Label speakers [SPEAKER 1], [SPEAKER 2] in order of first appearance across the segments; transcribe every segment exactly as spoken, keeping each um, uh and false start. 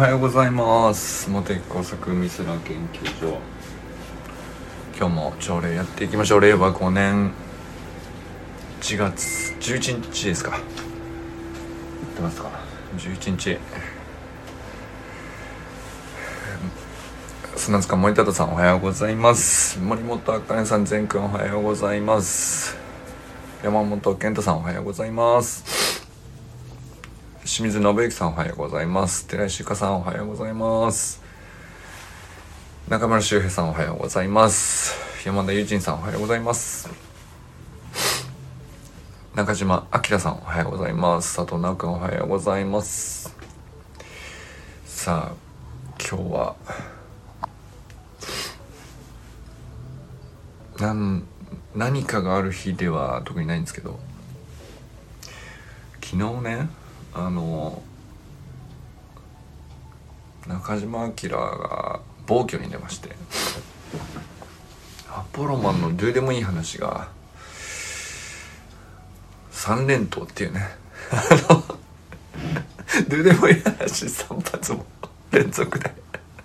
[SPEAKER 1] はようございます。茂木工作ミスラ研究所、今日も朝礼やっていきましょう。れいわごねんいちがつじゅういちにちですか。やってますか。じゅういちにち。砂塚森忠さんおはようございます。森本あかねさん、全くんおはようございます。山本健太さんおはようございます。清水信之さんおはようございます。寺石ゆかさんおはようございます。中村修平さんおはようございます。山田友人さんおはようございます。中島明さんおはようございます。佐藤直くんおはようございます。さあ今日はなん何かがある日では特にないんですけど、昨日ねあの中島明が暴挙に出まして、アポロマンのどうでもいい話が三連投っていうねあのどうでもいい話さん発も連続で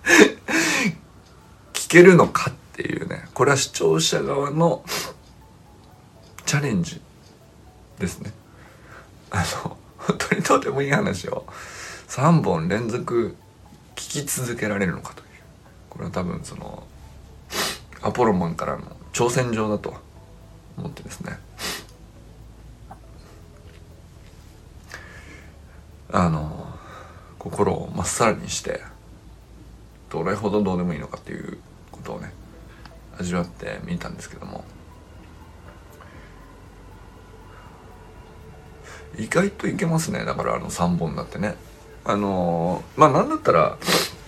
[SPEAKER 1] 聞けるのかっていうね、これは視聴者側のチャレンジですね。あの本当にどうでもいい話をさんぼん連続聞き続けられるのかという、これは多分そのアポロマンからの挑戦状だと思ってですね、あの心をまっさらにしてどれほどどうでもいいのかっていうことをね味わってみたんですけども、意外といけますね。だからあのさんぼんだってね、あのー、まあなんだったら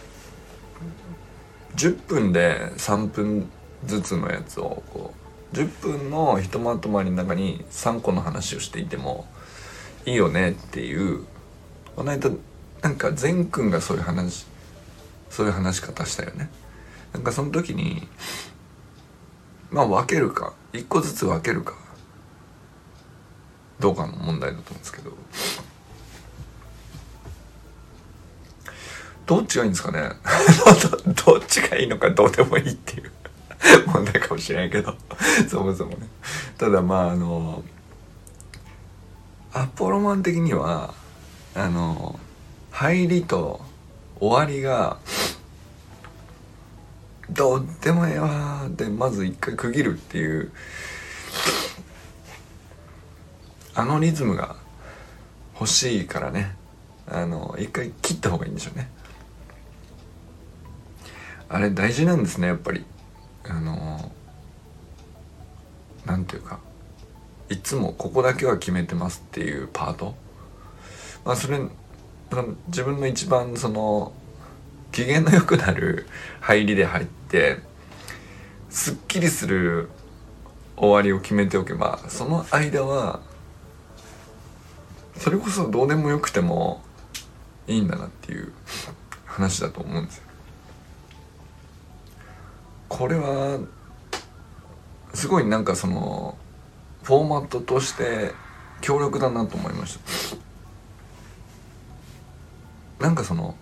[SPEAKER 1] じゅっぷんでさんぷんずつのやつをこうじゅっぷんのひとまとまりの中にさんこの話をしていてもいいよねっていう、この間なんか善くんがそういう話そういう話し方したよね。なんかその時にまあ分けるかいっこずつ分けるかどうかの問題だと思うんですけど、どっちがいいんですかねど, どっちがいいのかどうでもいいっていう問題かもしれないけどそもそもね。ただまああのアポロマン的にはあの入りと終わりがどうでもええわーでまず一回区切るっていうあのリズムが欲しいからね、あの一回切った方がいいんでしょうね。あれ大事なんですねやっぱり。あのなんていうかいつもここだけは決めてますっていうパート、まあそれ自分の一番その機嫌の良くなる入りで入ってすっきりする終わりを決めておけば、その間はそれこそどうでもよくてもいいんだなっていう話だと思うんですよ。これはすごいなんかそのフォーマットとして強力だなと思いました。なんかその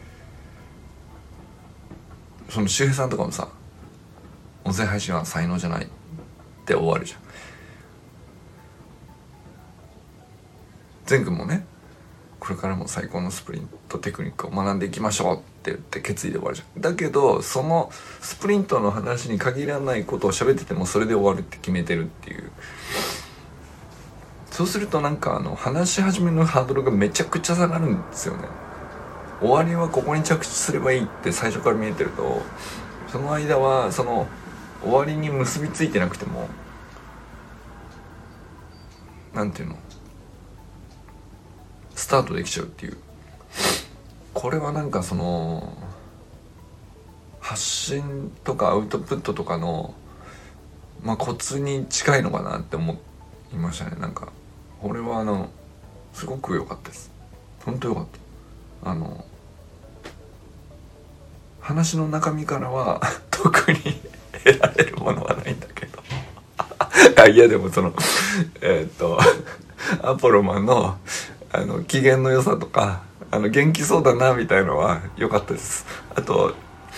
[SPEAKER 1] その周平さんとかもさ、音声配信は才能じゃないって終わるじゃん。善くんもね、これからも最高のスプリントテクニックを学んでいきましょうって言って決意で終わるじゃん。だけどそのスプリントの話に限らないことを喋っててもそれで終わるって決めてるっていう、そうするとなんかあの話し始めのハードルがめちゃくちゃ下がるんですよね。終わりはここに着地すればいいって最初から見えてると、その間はその終わりに結びついてなくてもなんていうのスタートできちゃうっていう、これはなんかその発信とかアウトプットとかのまあコツに近いのかなって思いましたね。なんかこれはあのすごく良かったです。本当良かった。あの話の中身からは特に得られるものはないんだけどあいやでもそのえー、っとアポロマンのあの機嫌の良さとかあの元気そうだなみたいのは良かったです。あと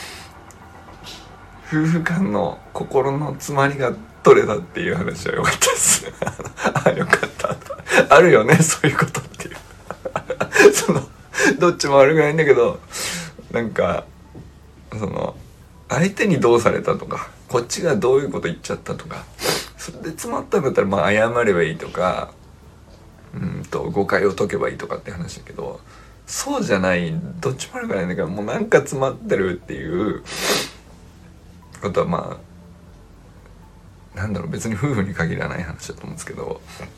[SPEAKER 1] 夫婦間の心の詰まりが取れたっていう話は良かったですあ、良かったあるよねそういうことっていうそのどっちも悪くないんだけど、なんかその相手にどうされたとかこっちがどういうこと言っちゃったとか、それで詰まったんだったらまあ謝ればいいとか、うんと誤解を解けばいいとかって話だけど、そうじゃないどっちも悪くないんだけど、もうなんか詰まってるっていうことはまあなんだろう、別に夫婦に限らない話だと思うんですけど、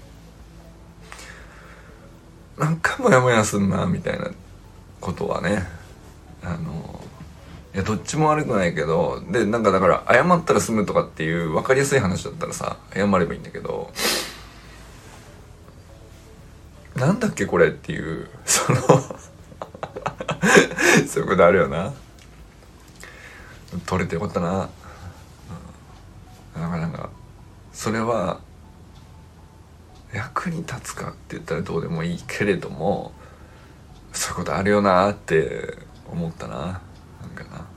[SPEAKER 1] なんかモヤモヤすんなみたいなことはね、あのいやどっちも悪くないけど、でなんかだから謝ったら済むとかっていう分かりやすい話だったらさ謝ればいいんだけど、なんだっけこれっていうそのそういうことあるよな。取れてよかったな、うん、なんかなんかそれは役に立つかって言ったらどうでもいいけれども、そういうことあるよなって思ったな。なんかな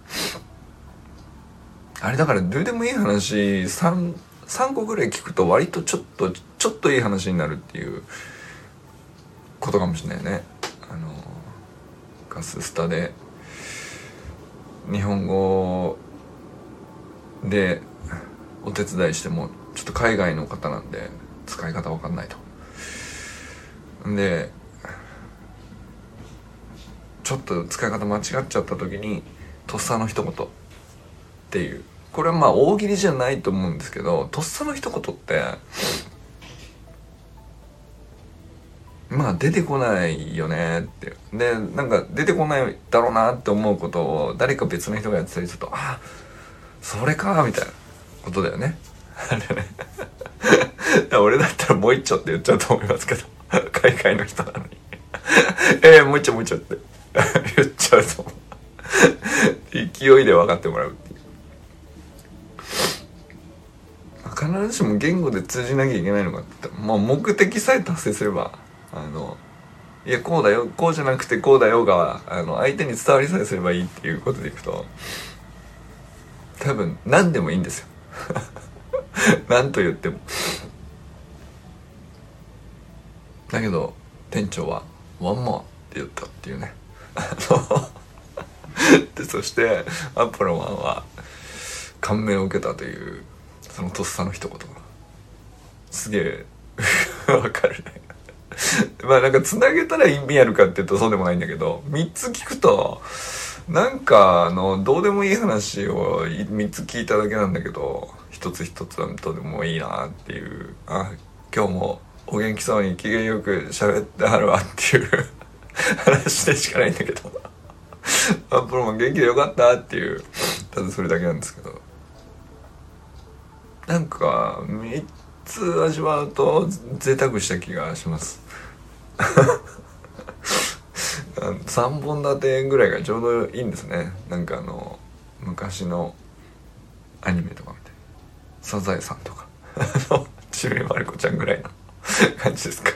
[SPEAKER 1] あれだからどうでもいい話 3, 3個ぐらい聞くと割とちょっとちょっといい話になるっていうことかもしれないね。あのガススタで日本語でお手伝いしてもちょっと海外の方なんで使い方わかんないと。でちょっと使い方間違っちゃった時にとっさの一言っていう、これはまあ大喜利じゃないと思うんですけど、とっさの一言ってまあ出てこないよねって。でなんか出てこないだろうなって思うことを誰か別の人がやってたりすると、あそれかみたいなことだよねあれね俺だったらもう一丁って言っちゃうと思いますけど海外の人なのにえー、もう一丁もう一丁って言っちゃうと思う勢いで分かってもらうっていう。必ずしも言語で通じなきゃいけないのかって言ったら、まあ目的さえ達成すれば、あのいやこうだよこうじゃなくてこうだよがあの相手に伝わりさえすればいいっていうことでいくと多分何でもいいんですよ何と言っても。だけど店長はワンモアって言ったっていうねでそしてアポロマンは感銘を受けたというそのとっさの一言すげえわかるねまあなんかつなげたら意味あるかっていうとそうでもないんだけど、みっつ聞くとなんかあのどうでもいい話をみっつ聞いただけなんだけど一つ一つはどうでもいいなっていう、あ今日もお元気そうに機嫌よく喋ってはるわっていう話でしかないんだけどアポロも元気でよかったっていうただそれだけなんですけど、なんかみっつ味わうと贅沢した気がしますさんぼん立てぐらいがちょうどいいんですね。なんかあの昔のアニメとかみたいなサザエさんとかちびまる子ちゃんぐらいの感じですか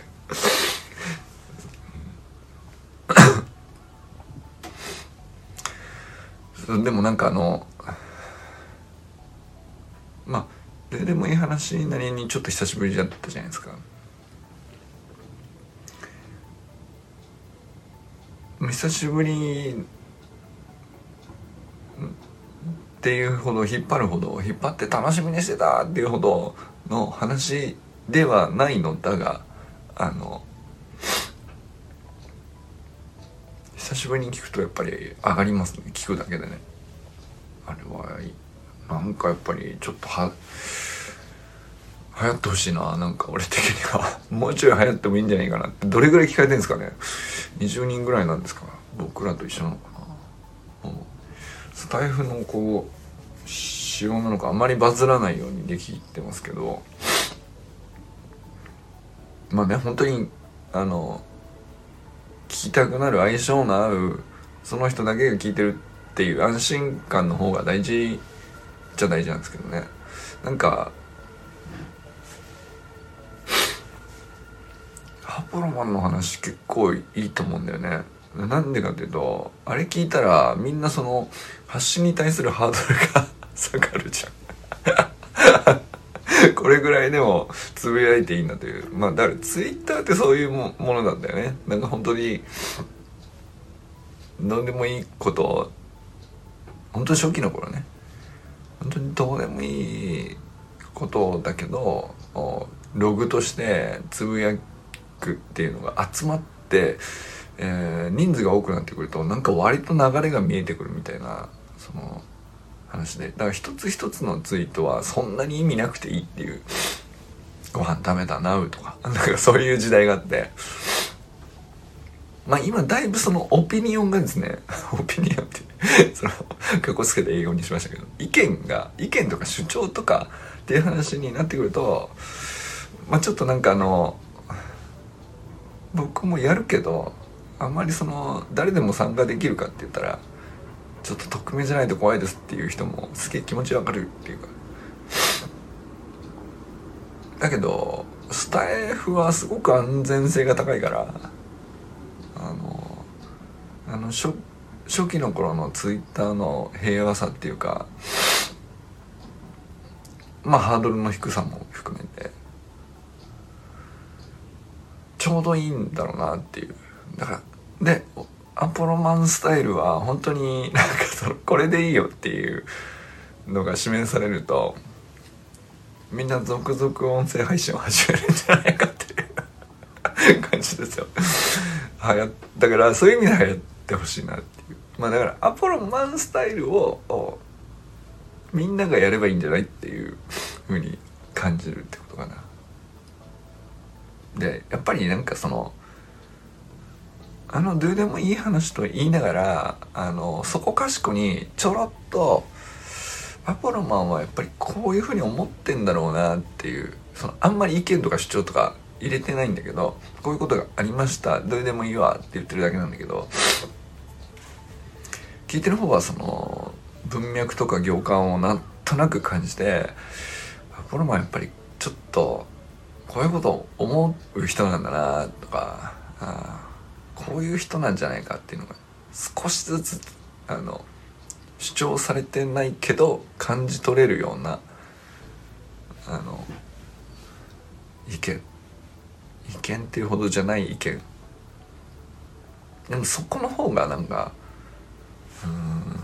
[SPEAKER 1] でもなんかあのまあどうでもいい話なりにちょっと久しぶりだったじゃないですか。久しぶりっていうほど引っ張るほど引っ張って楽しみにしてたっていうほどの話ではないのだが、あの久しぶりに聞くとやっぱり上がりますね。聞くだけでね。あれはなんかやっぱりちょっとは流行ってほしいな。なんか俺的にはもうちょい流行ってもいいんじゃないかなって。どれぐらい聞かれてるんですかね。にじゅうにんぐらいなんですか。僕らと一緒なのかな。うん、スタイフのこう仕様なのかあんまりバズらないようにできてますけど、まあね本当にあの聞きたくなる相性の合うその人だけが聞いてるっていう安心感の方が大事じゃ大事なんですけどね。なんかアポロマンの話結構いいと思うんだよね。 なんでかっていうと、あれ聞いたらみんなその発信に対するハードルが下がるじゃんこれぐらいでもつぶやいていいんだという。まあだからツイッターってそういうもものなんだよね。なんか本当にどうでもいいことを、本当に初期の頃ね、本当にどうでもいいことだけどログとしてつぶやくっていうのが集まって、えー、人数が多くなってくるとなんか割と流れが見えてくるみたいなその話で、だから一つ一つのツイートはそんなに意味なくていいっていう、ご飯食べたなうとかなんかそういう時代があって、まあ今だいぶそのオピニオンがですねオピニオンってそのかっこつけて英語にしましたけど、意見が意見とか主張とかっていう話になってくると、まあちょっとなんかあの僕もやるけどあんまりその誰でも参加できるかって言ったらちょっと匿名じゃないと怖いですっていう人もすげえ気持ちわかるっていうか、だけどスタイフはすごく安全性が高いから、あのあの初初期の頃のツイッターの平和さっていうか、まあハードルの低さも含めてちょうどいいんだろうなっていう。だからでアポロマンスタイルは本当になんかそのこれでいいよっていうのが示されると、みんな続々音声配信を始めるんじゃないかっていう感じですよ。はやだからそういう意味で流行ってほしいなっていう。まあだからアポロマンスタイルをみんながやればいいんじゃないっていう風に感じるってことかな。でやっぱりなんかそのあのどうでもいい話と言いながら、あのそこかしこにちょろっとアポロマンはやっぱりこういう風に思ってんだろうなっていう、そのあんまり意見とか主張とか入れてないんだけど、こういうことがありましたどれでもいいわって言ってるだけなんだけど、聞いてる方はその文脈とか行間をなんとなく感じて、アポロマンやっぱりちょっとこういうことを思う人なんだなとか、あこういう人なんじゃないかっていうのが少しずつあの主張されてないけど感じ取れるようなあの意見意見っていうほどじゃない意見でもそこの方がなんかうーん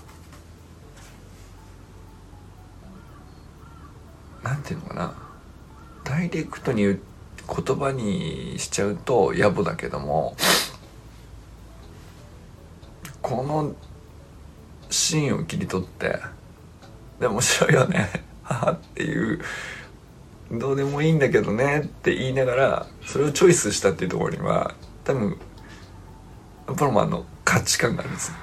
[SPEAKER 1] なんていうのかな、ダイレクトに言葉にしちゃうと野暮だけども、このシーンを切り取ってでも面白いよねはっていう、どうでもいいんだけどねって言いながらそれをチョイスしたっていうところには多分アポロマンの価値観があるんです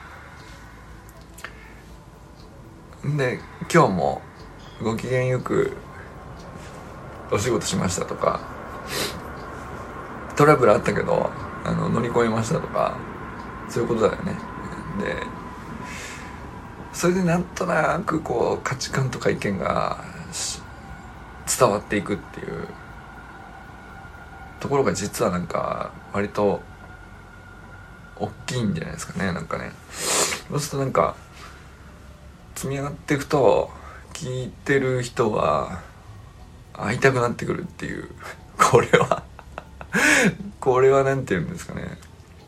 [SPEAKER 1] よ。で今日もご機嫌よくお仕事しましたとか、トラブルあったけどあの乗り越えましたとか、そういうことだよね。でそれでなんとなくこう価値観とか意見が伝わっていくっていうところが実はなんか割と大きいんじゃないですかね。なんかね、そうするとなんか積み上がっていくと聞いてる人は会いたくなってくるっていう、これはこれはなんて言うんですかね、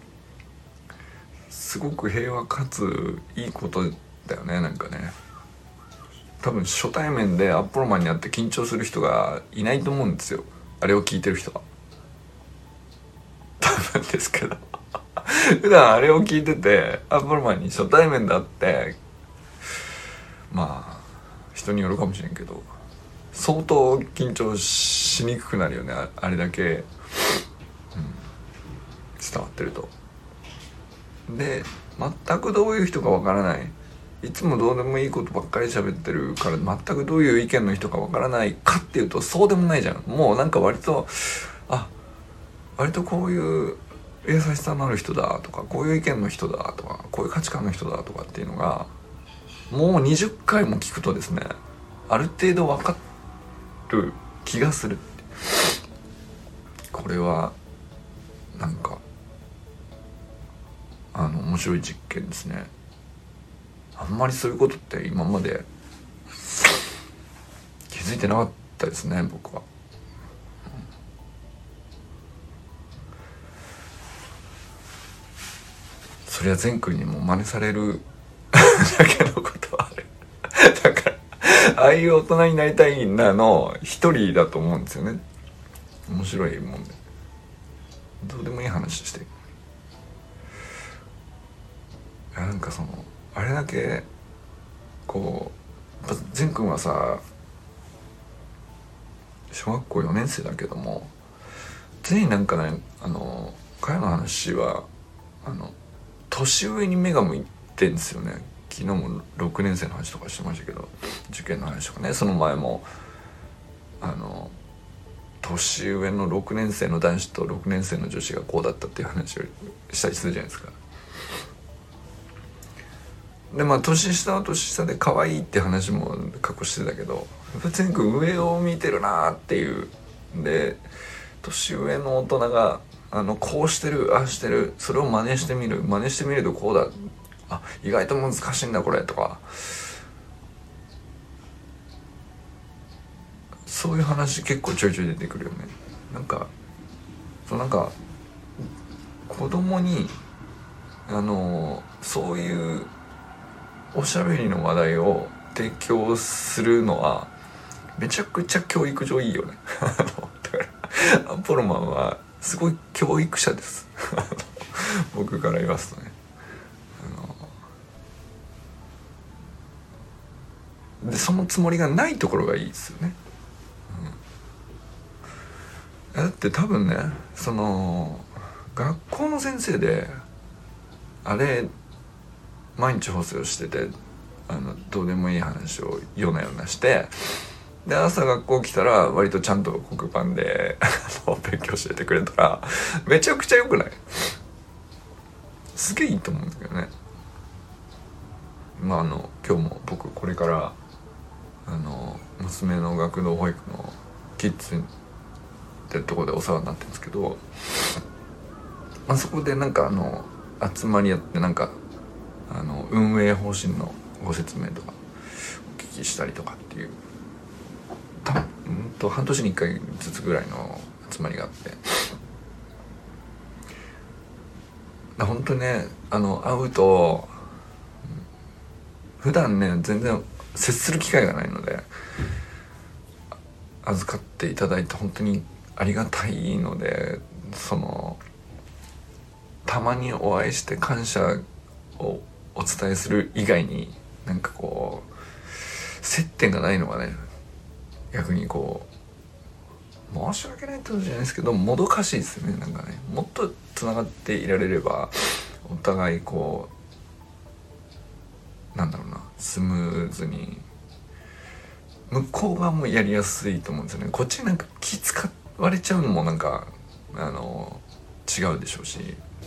[SPEAKER 1] すごく平和かついいことだよね。なんかね、多分初対面でアポロマンに会って緊張する人がいないと思うんですよ、あれを聞いてる人は。多分ですけど普段あれを聞いててアポロマンに初対面だって、まあ人によるかもしれんけど相当緊張しにくくなるよね、あれだけ、うん、伝わってると。で全くどういう人かわからない、いつもどうでもいいことばっかり喋ってるから全くどういう意見の人かわからないかっていうとそうでもないじゃん。もうなんか割とあ割とこういう優しさのある人だとか、こういう意見の人だとか、こういう価値観の人だとかっていうのがもうにじゅっかいも聞くとですね、ある程度分かる気がする。これはなんか面白い実験ですね。あんまりそういうことって今まで気づいてなかったですね、僕は。そりゃ善くんにも真似されるだけのことはあるだからああいう大人になりたいなの一人だと思うんですよね。面白いもんで、どうでもいい話して、なんかそのあれだけこうやっぱ善くんはさ、小学校よねん生だけども常になんかね、あの彼の話はあの年上に目が向いてんですよね。昨日もろくねん生の話とかしてましたけど、受験の話とかね、その前もあの年上のろくねん生の男子とろくねん生の女子がこうだったっていう話をしたりするじゃないですか。でまあ年下は年下で可愛いって話も過去してたけど、全部上を見てるなっていう。で年上の大人があのこうしてる、ああしてる、それを真似してみる、真似してみるとこうだ、あ意外と難しいんだこれとか、そういう話結構ちょいちょい出てくるよね。なんかそうなんか子供にあのそういうおしゃべりの話題を提供するのはめちゃくちゃ教育上いいよねだからアポロマンはすごい教育者です僕から言わすとね。あのでそのつもりがないところがいいですよね、うん、だって多分ね、その学校の先生であれ毎日放送してて、あのどうでもいい話を夜な夜なして、で朝学校来たら割とちゃんと黒板で勉強教えてくれたらめちゃくちゃ良くない？すげえいいと思うんだけどね。まああの今日も僕これからあの娘の学童保育のキッズってとこでお世話になってるんですけど、まあ、そこでなんかあの集まりやってなんかあの運営方針のご説明とかお聞きしたりとかっていう、たうんと半年にいっかいずつぐらいの集まりがあって、本当ねあの会うと普段ね全然接する機会がないので預かっていただいて本当にありがたいので、そのたまにお会いして感謝をお伝えする以外になんかこう接点がないのがね、逆にこう申し訳ないってことじゃないですけどもどかしいですよね。なんかねもっとつながっていられればお互いこうなんだろうな、スムーズに向こう側もやりやすいと思うんですよね。こっちになんか気使われちゃうのもなんかあの違うでしょうし、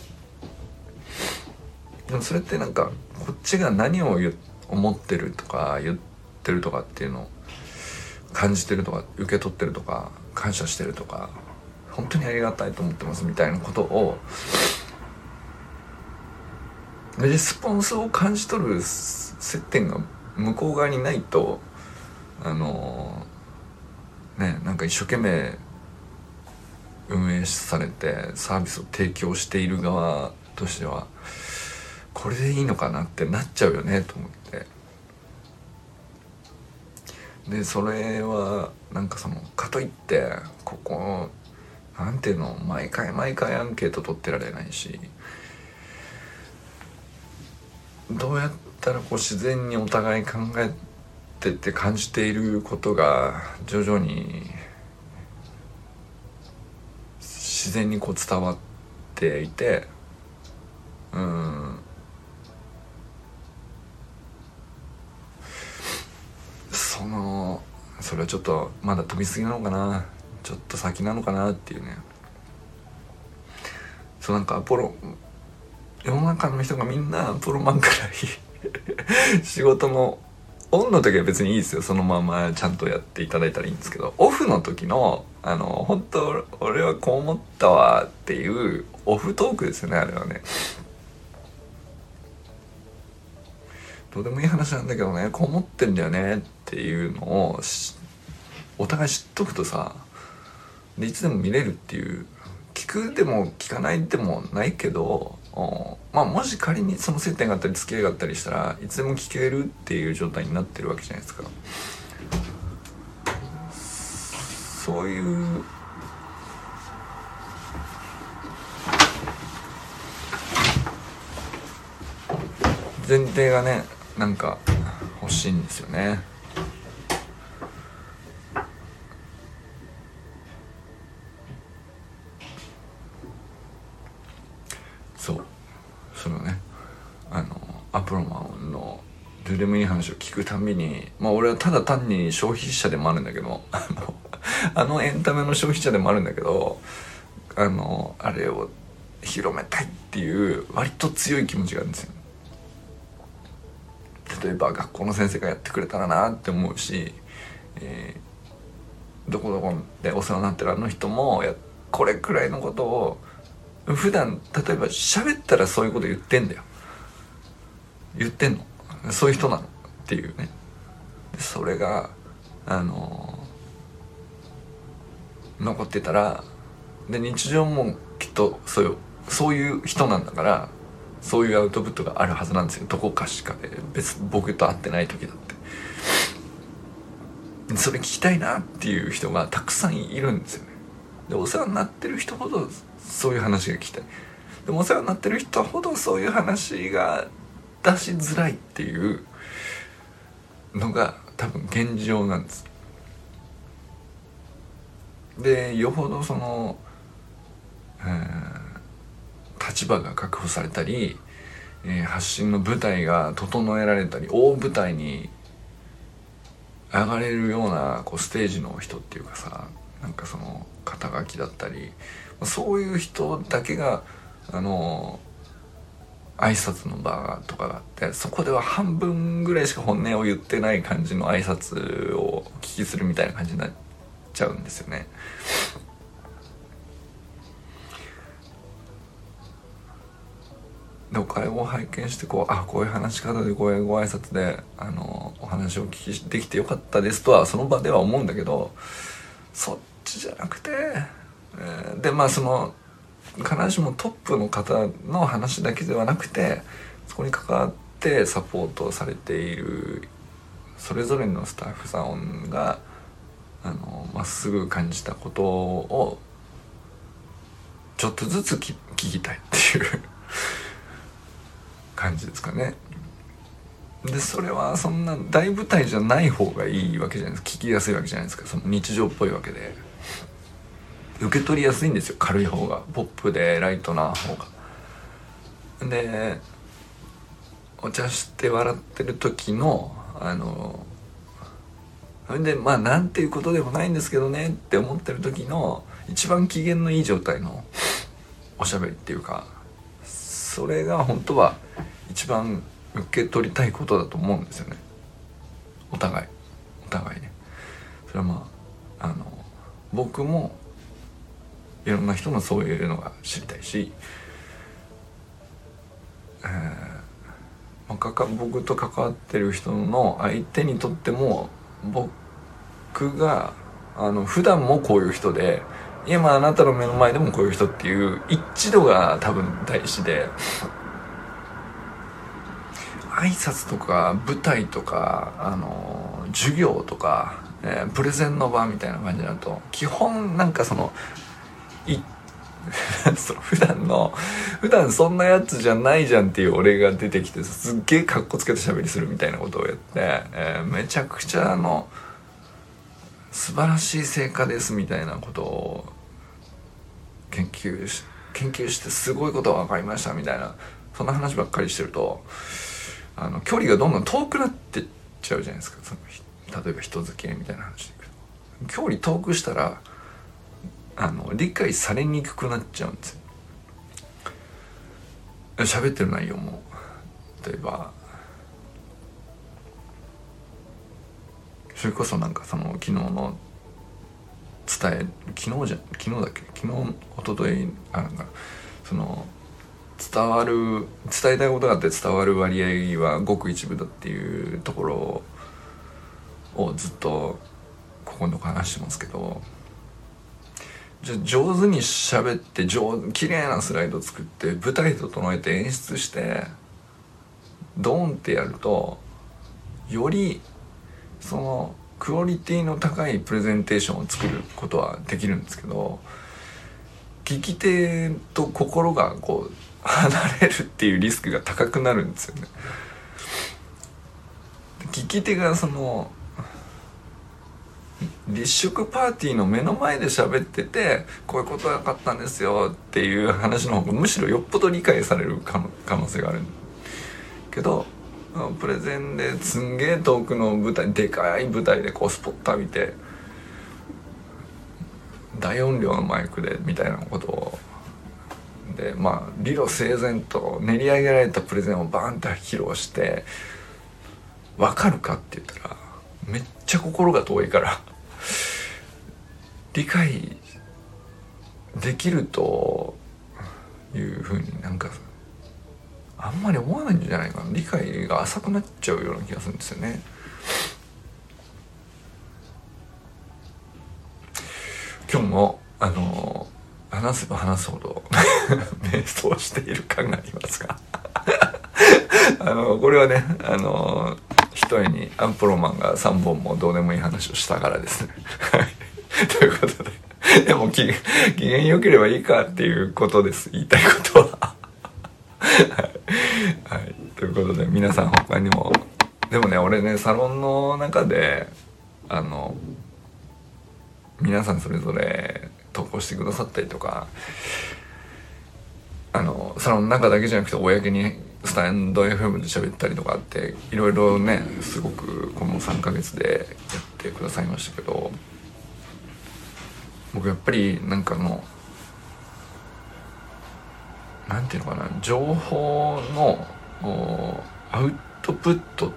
[SPEAKER 1] でもそれってなんかこっちが何を思ってるとか言ってるとかっていうのを感じてるとか受け取ってるとか感謝してるとか本当にありがたいと思ってますみたいなことをレスポンスを感じ取る接点が向こう側にないと、あのねなんか一生懸命運営されてサービスを提供している側としてはこれでいいのかなってなっちゃうよねと思って、でそれはなんかそのかといってここなんていうの毎回毎回アンケート取ってられないし、どうやったらこう自然にお互い考えてって感じていることが徐々に自然にこう伝わっていて、うーんそのそれはちょっとまだ飛びすぎなのかな、ちょっと先なのかなっていうね。そうなんかアポロ世の中の人がみんなアポロマンくらい仕事のオンの時は別にいいですよ、そのままちゃんとやっていただいたらいいんですけど、オフの時のあの本当俺はこう思ったわっていうオフトークですよね、あれはね。 どうでもいい話なんだけどね、こう思ってんだよねっていうのをお互い知っとくとさ、でいつでも見れるっていう、聞くでも聞かないでもないけど、まあもし仮にその接点があったり付き合いがあったりしたらいつでも聞けるっていう状態になってるわけじゃないですか。そういう前提がね、なんか欲しいんですよね。そうそのね、あのアプロマンのどうでもいい話を聞くたびに、まあ俺はただ単に消費者でもあるんだけど、あのあのエンタメの消費者でもあるんだけど、あのあれを広めたいっていう割と強い気持ちがあるんですよ。例えば学校の先生がやってくれたらなって思うし、えー、どこどこでお世話になってるあの人もやこれくらいのことを普段例えば喋ったらそういうこと言ってんだよ、言ってんの、そういう人なのっていうね。でそれがあのー、残ってたら、で日常もきっとそういうそういう人なんだから、そういうアウトプットがあるはずなんですよ、どこかしかで。別僕と会ってない時だってそれ聞きたいなっていう人がたくさんいるんですよね。でお世話になってる人ほどそういう話が聞きたい。でもお世話になってる人ほどそういう話が出しづらいっていうのが多分現状なんです。でよほどその、えー、立場が確保されたり、えー、発信の舞台が整えられたり、大舞台に上がれるようなこうステージの人っていうかさ、なんかその肩書きだったり、そういう人だけがあの挨拶の場とかがあって、そこでは半分ぐらいしか本音を言ってない感じの挨拶をお聞きするみたいな感じになっちゃうんですよね。でお会を拝見してこう、あこういう話し方でこういうご挨拶であのお話をお聞きできてよかったですとはその場では思うんだけど、そっちじゃなくて、えー、でまあその必ずしもトップの方の話だけではなくて、そこに関わってサポートされているそれぞれのスタッフさんがあのまっすぐ感じたことをちょっとずつ聞きたいっていう感じですかね。でそれはそんな大舞台じゃない方がいいわけじゃないですか。聞きやすいわけじゃないですか。その日常っぽいわけで受け取りやすいんですよ、軽い方が、ポップでライトな方が。でお茶して笑ってる時のあのそれでまあなんていうことでもないんですけどねって思ってる時の一番機嫌のいい状態のおしゃべりっていうか、それが本当は一番受け取りたいことだと思うんですよね、お互いお互いね。それはまああの僕もいろんな人のそういうのが知りたいし、えーまあ、かか僕と関わってる人の相手にとっても、僕があの普段もこういう人で今あなたの目の前でもこういう人っていう一致度が多分大事で、挨拶とか舞台とかあの授業とか、えー、プレゼンの場みたいな感じになると基本なんかそのいその普段の普段そんなやつじゃないじゃんっていう俺が出てきてすっげえカッコつけて喋りするみたいなことをやって、えー、めちゃくちゃあの素晴らしい成果ですみたいなことを研究し研究してすごいことが分かりましたみたいな、そんな話ばっかりしてるとあの距離がどんどん遠くなってっちゃうじゃないですか。その例えば人付き合いみたいな話でいくと距離遠くしたらあの理解されにくくなっちゃうんですよ。喋ってる内容も例えばそれこそなんかその昨日の伝え昨日じゃ昨日だっけ昨日一昨日あなんかその伝わる伝えたいことがあって伝わる割合はごく一部だっていうところをずっとここのとこ話してますけど、じゃあ上手に喋って上綺麗なスライド作って舞台整えて演出してドーンってやるとよりそのクオリティの高いプレゼンテーションを作ることはできるんですけど、聞き手と心がこう離れるっていうリスクが高くなるんですよね。聞き手がその立食パーティーの目の前で喋っててこういうことが分かったんですよっていう話の方がむしろよっぽど理解される可能性があるけど、プレゼンですんげえ遠くの舞台でかい舞台でこうスポット浴びて大音量のマイクでみたいなことをでまあ理路整然と練り上げられたプレゼンをバーンと披露して分かるかって言ったらめっちゃ心が遠いから理解できるというふうになんかあんまり思わないんじゃないかな。理解が浅くなっちゃうような気がするんですよね。今日もあの話せば話すほど瞑想している感がありますがあのこれはねあのひとえにアンポロマンがさんぼんもどうでもいい話をしたからですねということで、でも機嫌良ければいいかっていうことです、言いたいことははい、はい、ということで皆さん他にもでもね俺ねサロンの中であの皆さんそれぞれ投稿してくださったりとか、あのサロンの中だけじゃなくて公にスタンド エフエム で喋ったりとかあっていろいろねすごくこのさんかげつでやってくださいましたけど、僕やっぱりなんかのなんていうのかな、情報のアウトプットって、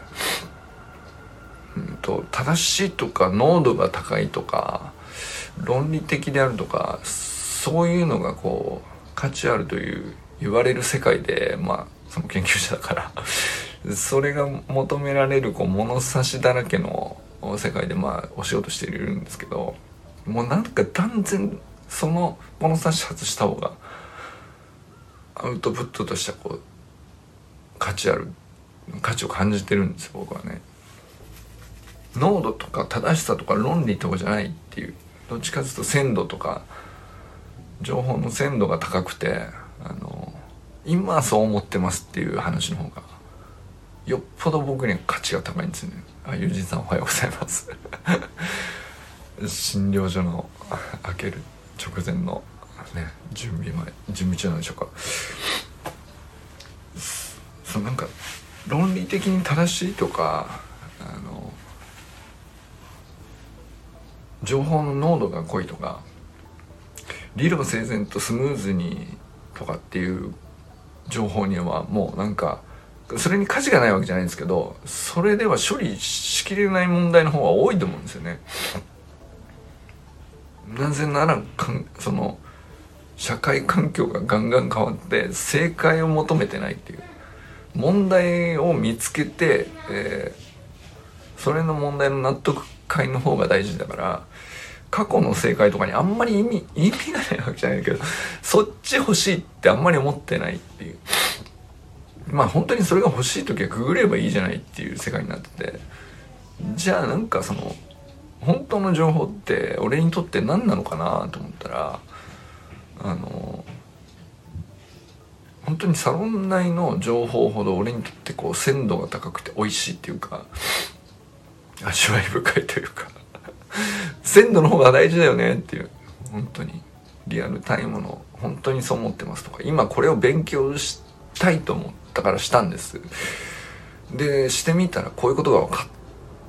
[SPEAKER 1] うんと、正しいとか濃度が高いとか論理的であるとかそういうのがこう価値あるという言われる世界で、まあその研究者だからそれが求められるこう物差しだらけの世界でまあお仕事しているんですけど、もうなんか断然その物差し外した方がアウトプットとしてはこう価値ある価値を感じてるんですよ僕はね。濃度とか正しさとか論理とかじゃないっていう、どっちかというと鮮度とか情報の鮮度が高くて、あの今はそう思ってますっていう話の方がよっぽど僕には価値が高いんですよね。あ、友人さんおはようございます診療所の開ける直前のね準備前準備中なんでしょうか。そうなんか論理的に正しいとかあの情報の濃度が濃いとか理路整然とスムーズにとかっていう情報にはもうなんかそれに価値がないわけじゃないんですけど、それでは処理しきれない問題の方が多いと思うんですよね。なぜならかんその社会環境がガンガン変わって正解を求めてないっていう、問題を見つけて、えー、それの問題の納得感の方が大事だから、過去の正解とかにあんまり意味意味がないわけじゃないけど、そっち欲しいってあんまり思ってないっていう、まあ本当にそれが欲しい時はググればいいじゃないっていう世界になってて、じゃあなんかその本当の情報って俺にとって何なのかなと思ったら、あの本当にサロン内の情報ほど俺にとってこう鮮度が高くて美味しいっていうか味わい深いというか鮮度の方が大事だよねっていう、本当にリアルタイムの本当にそう思ってますとか、今これを勉強したいと思ったからしたんです。でしてみたらこういうことが分かって、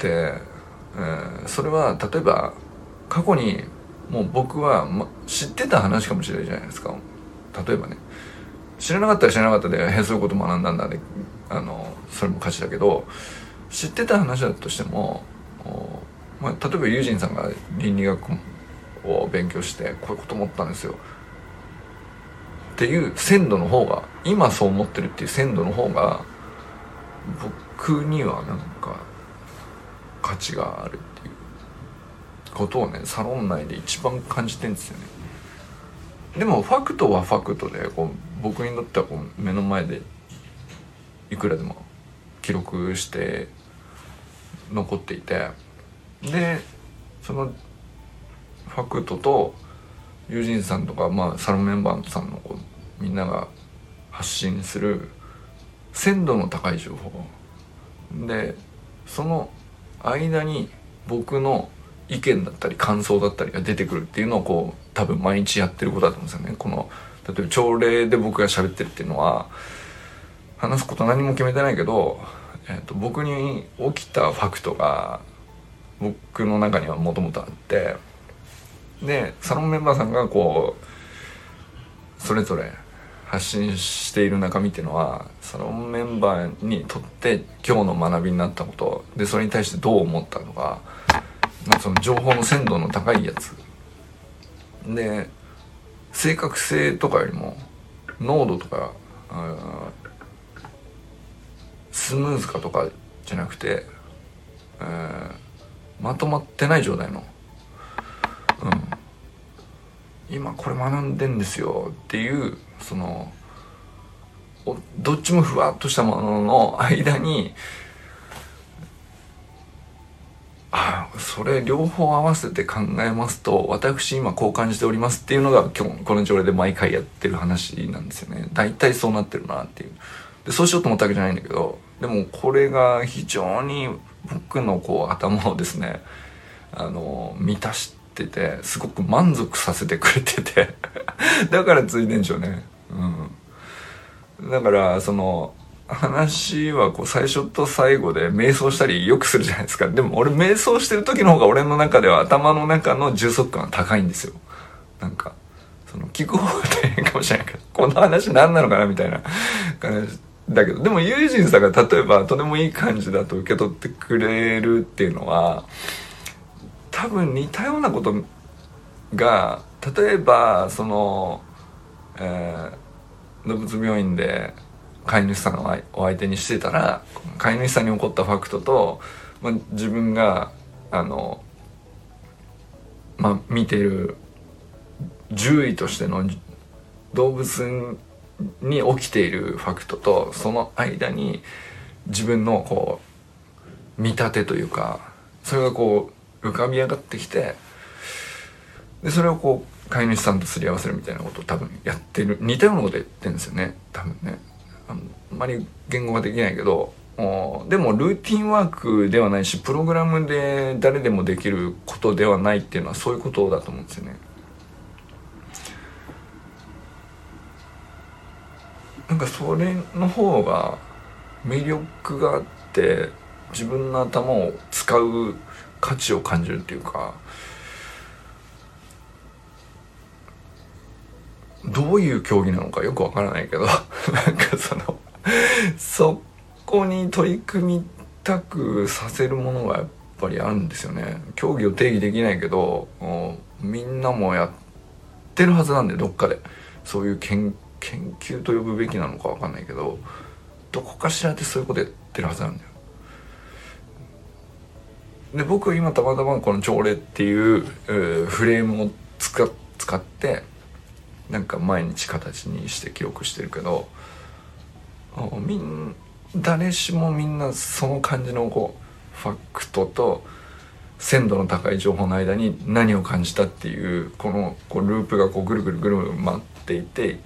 [SPEAKER 1] えー、それは例えば過去にもう僕は、ま、知ってた話かもしれないじゃないですか。例えばね、知らなかったら知らなかったで、へえそういうこと学んだんだで、あのそれも価値だけど、知ってた話だとしても、まあ、例えばユージンさんが倫理学を勉強してこういうこと思ったんですよっっていう鮮度の方が、今そう思ってるっていう鮮度の方が僕にはなんか価値があるっていうことをね、サロン内で一番感じてるんですよね。でもファクトはファクトで、こう僕にとってはこう目の前でいくらでも記録して残っていて、でそのファクトと友人さんとか、まあ、サロンメンバーさんのこうみんなが発信する鮮度の高い情報で、その間に僕の意見だったり感想だったりが出てくるっていうのをこう多分毎日やってることだと思うんですよね。この例えば朝礼で僕が喋ってるっていうのは、話すこと何も決めてないけど、えーと、僕に起きたファクトが僕の中にはもともとあって、でサロンメンバーさんがこうそれぞれ発信している中身っていうのは、サロンメンバーにとって今日の学びになったことで、それに対してどう思ったとか、まあ、その情報の鮮度の高いやつで、正確性とかよりも濃度とかスムーズかとかじゃなくて、えー、まとまってない状態の、うん、今これ学んでんですよっていう、そのどっちもふわっとしたものの間に、ああそれ両方合わせて考えますと、私今こう感じておりますっていうのが今日この条例で毎回やってる話なんですよね。大体そうなってるなっていう。でそうしようと思ったわけじゃないんだけど、でもこれが非常に僕のこう頭をですね、あの満たしてて、すごく満足させてくれててだからついでんでしょうね。うん、だからその話はこう最初と最後で瞑想したりよくするじゃないですか。でも俺瞑想してる時の方が俺の中では頭の中の充足感が高いんですよ。なんかその聞く方が大変かもしれないけど、この話何なのかなみたいな感じだけど、でもユージンさんが例えばとてもいい感じだと受け取ってくれるっていうのは、多分似たようなことが、例えばその、えー、動物病院で飼い主さんをお相手にしてたら、飼い主さんに起こったファクトと、まあ、自分があの、まあ、見ている獣医としての動物に起きているファクトと、その間に自分のこう見立てというか、それがこう浮かび上がってきて、でそれをこう飼い主さんとすり合わせるみたいなことを多分やってる、似たようなことやってるんですよね、多分ね。あんまり言語ができないけど、でもルーティンワークではないし、プログラムで誰でもできることではないっていうのはそういうことだと思うんですよね。なんかそれの方が魅力があって、自分の頭を使う価値を感じるっていうか、どういう競技なのかよくわからないけどなんかそのそこに取り組みたくさせるものがやっぱりあるんですよね。競技を定義できないけど、みんなもやってるはずなんで、どっかでそういう研研究と呼ぶべきなのかわかんないけど、どこかしらでそういうことやってるはずなんだよ。で僕は今たまたまこの朝礼っていう、えー、フレームを使っ使ってなんか毎日形にして記録してるけど、みん誰しもみんなその感じのこうファクトと鮮度の高い情報の間に何を感じたっていうこのこうループがこうぐるぐるぐるぐる回っていて、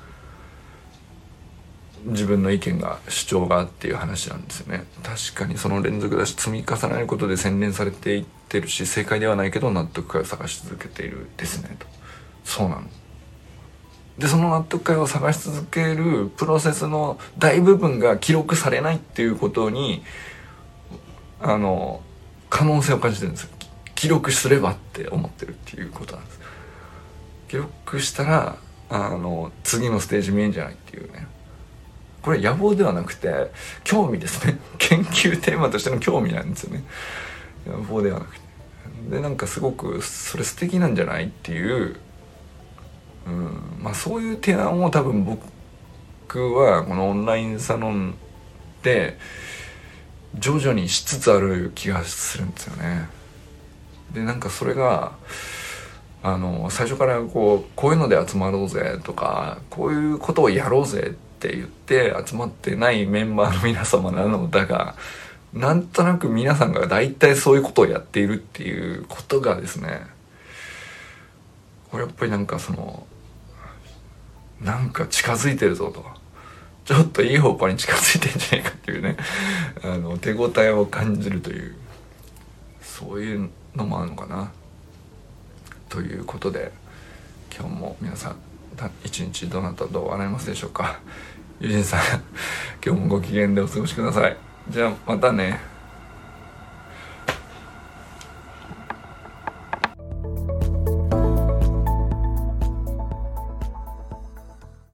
[SPEAKER 1] 自分の意見が主張がっていう話なんですよね。確かにその連続だし、積み重ねることで洗練されていってるし、正解ではないけど納得感を探し続けているですねと。そうなので、その納得感を探し続けるプロセスの大部分が記録されないっていうことにあの可能性を感じてるんですよ。記録すればって思ってるっていうことなんです。記録したらあの次のステージ見えんじゃないっていうね。これ野望ではなくて興味ですね。研究テーマとしての興味なんですよね。野望ではなくて。でなんかすごくそれ素敵なんじゃないっていううん、まあそういう提案を多分僕はこのオンラインサロンで徐々にしつつある気がするんですよね。でなんかそれがあの最初からこうこういうので集まろうぜとかこういうことをやろうぜって言って集まってないメンバーの皆様なのだが、なんとなく皆さんが大体そういうことをやっているっていうことがですね、これやっぱりなんかそのなんか近づいてるぞと、ちょっといい方向に近づいてんじゃないかっていうねあの手応えを感じるという、そういうのもあるのかなということで、今日も皆さん一日どなたと笑いますでしょうか。ゆうじんさん今日もご機嫌でお過ごしください。じゃあまたね。